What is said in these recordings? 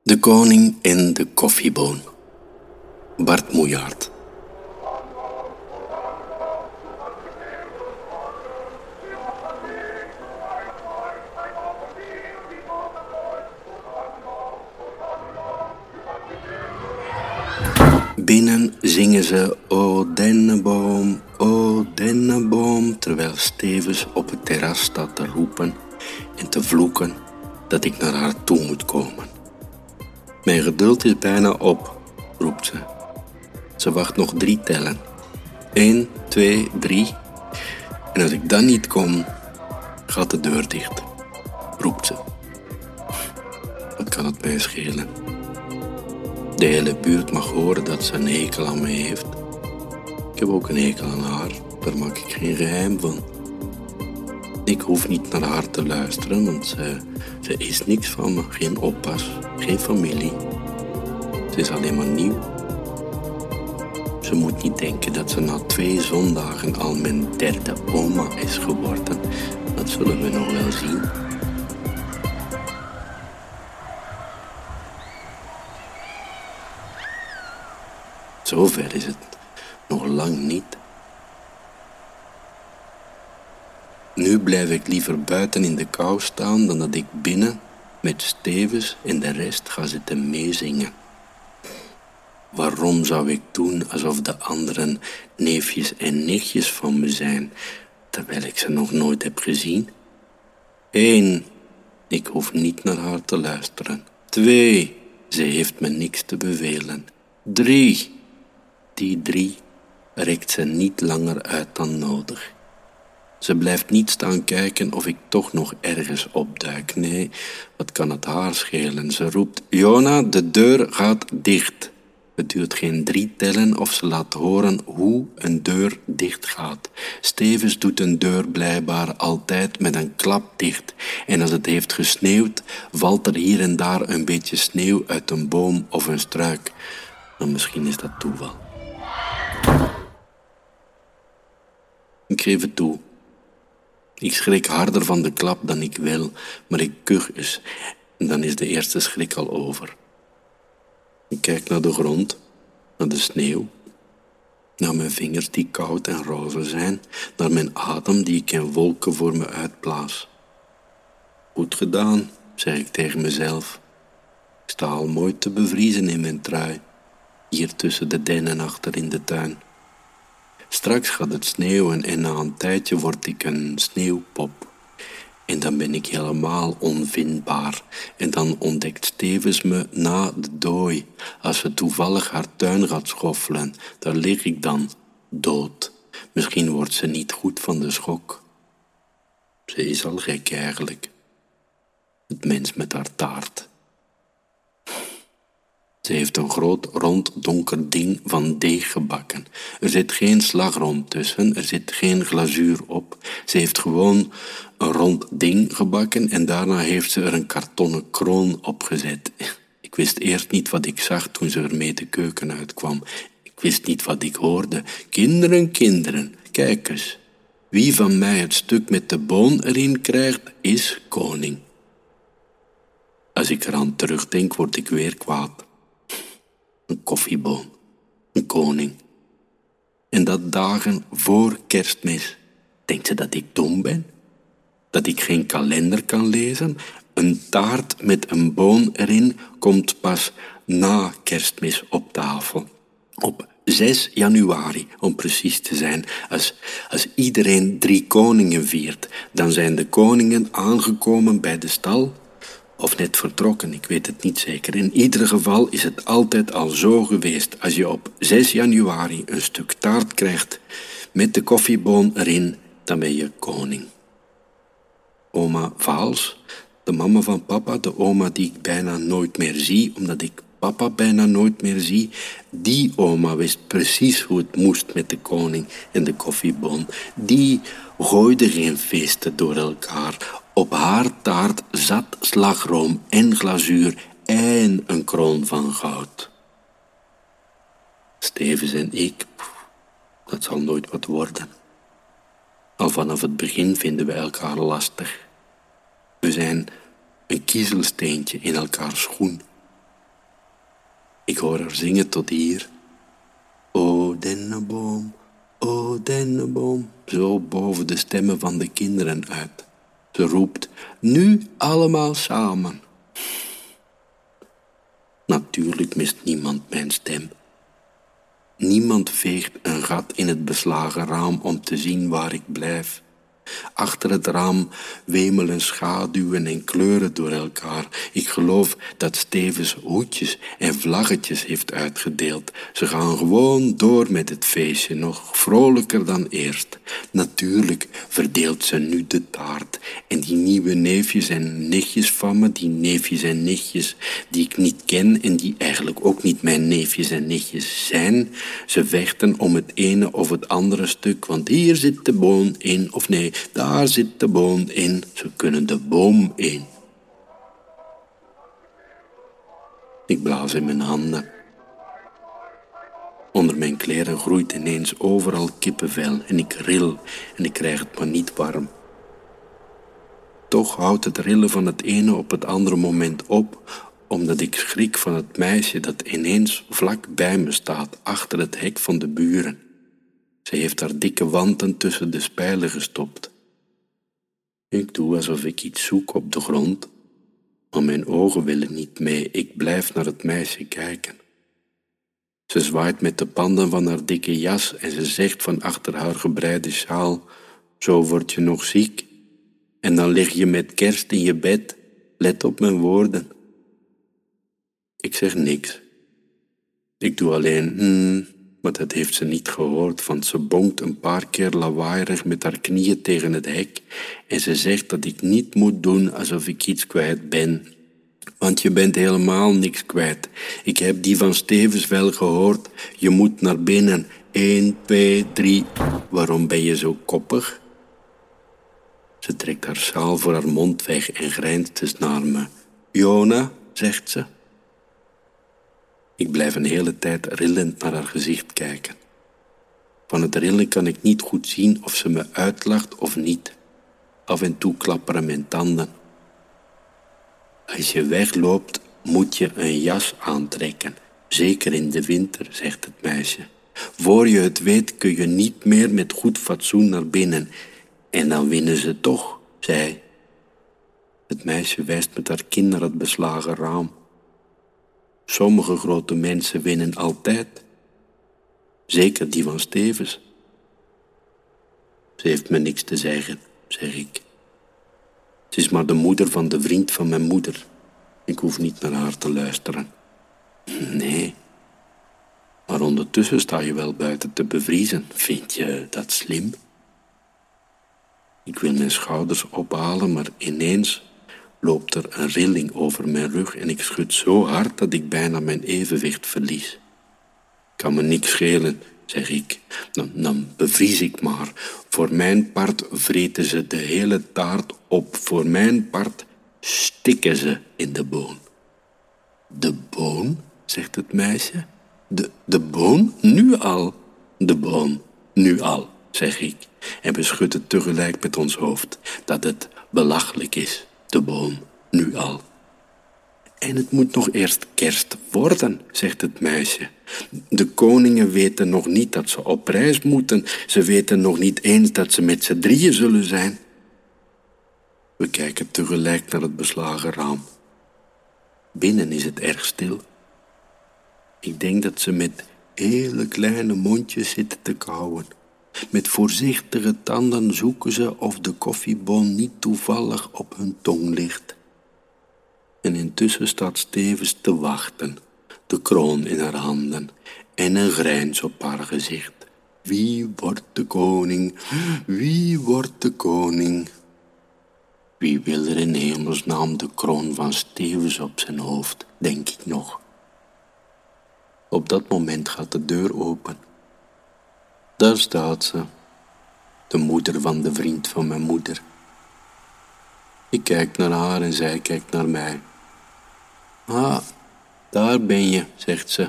De koning en de koffieboon. Bart Moejaert. Binnen zingen ze O denneboom, terwijl Stevens op het terras staat te roepen en te vloeken dat ik naar haar toe moet komen. Mijn geduld is bijna op, roept ze. Ze wacht nog 3 tellen. 1, 2, 3. En als ik dan niet kom, gaat de deur dicht, roept ze. Wat kan het mij schelen? De hele buurt mag horen dat ze een hekel aan mij heeft. Ik heb ook een hekel aan haar, daar maak ik geen geheim van. Ik hoef niet naar haar te luisteren, want ze is niks van me. Geen oppas, geen familie. Ze is alleen maar nieuw. Ze moet niet denken dat ze na 2 zondagen al mijn 3e oma is geworden. Dat zullen we nog wel zien. Zover is het nog lang niet. Nu blijf ik liever buiten in de kou staan dan dat ik binnen met Stevens en de rest ga zitten meezingen. Waarom zou ik doen alsof de anderen neefjes en nichtjes van me zijn, terwijl ik ze nog nooit heb gezien? 1. Ik hoef niet naar haar te luisteren. 2. Ze heeft me niks te bevelen. 3. Die 3 rekt ze niet langer uit dan nodig. Ze blijft niet staan kijken of ik toch nog ergens opduik. Nee, wat kan het haar schelen? Ze roept, Jona, de deur gaat dicht. Het duurt geen 3 tellen of ze laat horen hoe een deur dicht gaat. Stevens doet een deur blijkbaar altijd met een klap dicht. En als het heeft gesneeuwd, valt er hier en daar een beetje sneeuw uit een boom of een struik. Maar misschien is dat toeval. Ik geef het toe. Ik schrik harder van de klap dan ik wil, maar ik kuch eens en dan is de eerste schrik al over. Ik kijk naar de grond, naar de sneeuw, naar mijn vingers die koud en roze zijn, naar mijn adem die ik in wolken voor me uitblaas. Goed gedaan, zeg ik tegen mezelf. Ik sta al mooi te bevriezen in mijn trui, hier tussen de dennen achter in de tuin. Straks gaat het sneeuwen en na een tijdje word ik een sneeuwpop. En dan ben ik helemaal onvindbaar. En dan ontdekt Stevens me na de dooi. Als ze toevallig haar tuin gaat schoffelen, daar lig ik dan, dood. Misschien wordt ze niet goed van de schok. Ze is al gek eigenlijk. Het mens met haar taart. Ze heeft een groot, rond, donker ding van deeg gebakken. Er zit geen slagroom tussen, er zit geen glazuur op. Ze heeft gewoon een rond ding gebakken en daarna heeft ze er een kartonnen kroon op gezet. Ik wist eerst niet wat ik zag toen ze ermee de keuken uitkwam. Ik wist niet wat ik hoorde. Kinderen, kinderen, kijk eens. Wie van mij het stuk met de boon erin krijgt, is koning. Als ik eraan terugdenk, word ik weer kwaad. Een koffieboon, een koning. En dat dagen voor Kerstmis. Denkt ze dat ik dom ben? Dat ik geen kalender kan lezen? Een taart met een boon erin komt pas na Kerstmis op tafel. Op 6 januari, om precies te zijn. Als iedereen 3 koningen viert, dan zijn de koningen aangekomen bij de stal of net vertrokken, ik weet het niet zeker. In ieder geval is het altijd al zo geweest. Als je op 6 januari een stuk taart krijgt met de koffieboon erin, dan ben je koning. Oma Vaals, de mama van papa, de oma die ik bijna nooit meer zie, omdat ik papa bijna nooit meer zie, die oma wist precies hoe het moest met de koning en de koffieboon. Die gooide geen feesten door elkaar. Op haar taart zat slagroom en glazuur en een kroon van goud. Stevens en ik, dat zal nooit wat worden. Al vanaf het begin vinden we elkaar lastig. We zijn een kiezelsteentje in elkaars schoen. Ik hoor haar zingen tot hier. O dennenboom, zo boven de stemmen van de kinderen uit. Ze roept, nu allemaal samen. Natuurlijk mist niemand mijn stem. Niemand veegt een gat in het beslagen raam om te zien waar ik blijf. Achter het raam wemelen schaduwen en kleuren door elkaar. Ik geloof dat Stevens hoedjes en vlaggetjes heeft uitgedeeld. Ze gaan gewoon door met het feestje, nog vrolijker dan eerst. Natuurlijk verdeelt ze nu de taart. En die nieuwe neefjes en nichtjes van me, die neefjes en nichtjes die ik niet ken en die eigenlijk ook niet mijn neefjes en nichtjes zijn, ze vechten om het ene of het andere stuk, want hier zit de boon in, of nee, daar zit de boon in. Ze kunnen de boom in. Ik blaas in mijn handen. Onder mijn kleren groeit ineens overal kippenvel en ik ril en ik krijg het maar niet warm. Toch houdt het rillen van het ene op het andere moment op, omdat ik schrik van het meisje dat ineens vlak bij me staat, achter het hek van de buren. Ze heeft haar dikke wanten tussen de spijlen gestopt. Ik doe alsof ik iets zoek op de grond, maar mijn ogen willen niet mee. Ik blijf naar het meisje kijken. Ze zwaait met de panden van haar dikke jas en ze zegt van achter haar gebreide sjaal, zo word je nog ziek en dan lig je met kerst in je bed. Let op mijn woorden. Ik zeg niks. Ik doe alleen maar dat heeft ze niet gehoord, want ze bonkt een paar keer lawaaierig met haar knieën tegen het hek en ze zegt dat ik niet moet doen alsof ik iets kwijt ben. Want je bent helemaal niks kwijt. Ik heb die van Stevens wel gehoord. Je moet naar binnen. 1, 2, 3. Waarom ben je zo koppig? Ze trekt haar sjaal voor haar mond weg en grijnst eens naar me. Jona, zegt ze. Ik blijf een hele tijd rillend naar haar gezicht kijken. Van het rillen kan ik niet goed zien of ze me uitlacht of niet. Af en toe klapperen mijn tanden. Als je wegloopt, moet je een jas aantrekken. Zeker in de winter, zegt het meisje. Voor je het weet kun je niet meer met goed fatsoen naar binnen. En dan winnen ze toch, zei. Het meisje wijst met haar kin naar het beslagen raam. Sommige grote mensen winnen altijd. Zeker die van Stevens. Ze heeft me niks te zeggen, zeg ik. Ze is maar de moeder van de vriend van mijn moeder. Ik hoef niet naar haar te luisteren. Nee. Maar ondertussen sta je wel buiten te bevriezen. Vind je dat slim? Ik wil mijn schouders ophalen, maar ineens loopt er een rilling over mijn rug en ik schud zo hard dat ik bijna mijn evenwicht verlies. Kan me niks schelen, zeg ik. Dan bevries ik maar. Voor mijn part vreten ze de hele taart op. Voor mijn part stikken ze in de boon. De boon, zegt het meisje. De boon? Nu al. De boon, nu al, zeg ik. En we schudden tegelijk met ons hoofd dat het belachelijk is. De boon, nu al. En het moet nog eerst kerst worden, zegt het meisje. De koningen weten nog niet dat ze op reis moeten. Ze weten nog niet eens dat ze met z'n drieën zullen zijn. We kijken tegelijk naar het beslagen raam. Binnen is het erg stil. Ik denk dat ze met hele kleine mondjes zitten te kauwen. Met voorzichtige tanden zoeken ze of de koffieboon niet toevallig op hun tong ligt. En intussen staat Stevens te wachten, de kroon in haar handen en een grijns op haar gezicht. Wie wordt de koning? Wie wordt de koning? Wie wil er in hemelsnaam de kroon van Stevens op zijn hoofd, denk ik nog. Op dat moment gaat de deur open. Daar staat ze, de moeder van de vriend van mijn moeder. Ik kijk naar haar en zij kijkt naar mij. Ah, daar ben je, zegt ze.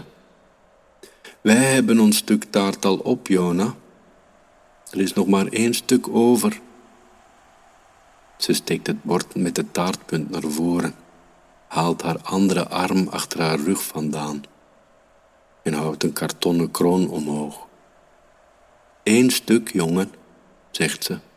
Wij hebben ons stuk taart al op, Jona. Er is nog maar 1 stuk over. Ze steekt het bord met de taartpunt naar voren, haalt haar andere arm achter haar rug vandaan. en houdt een kartonnen kroon omhoog. 1 stuk, jongen, zegt ze.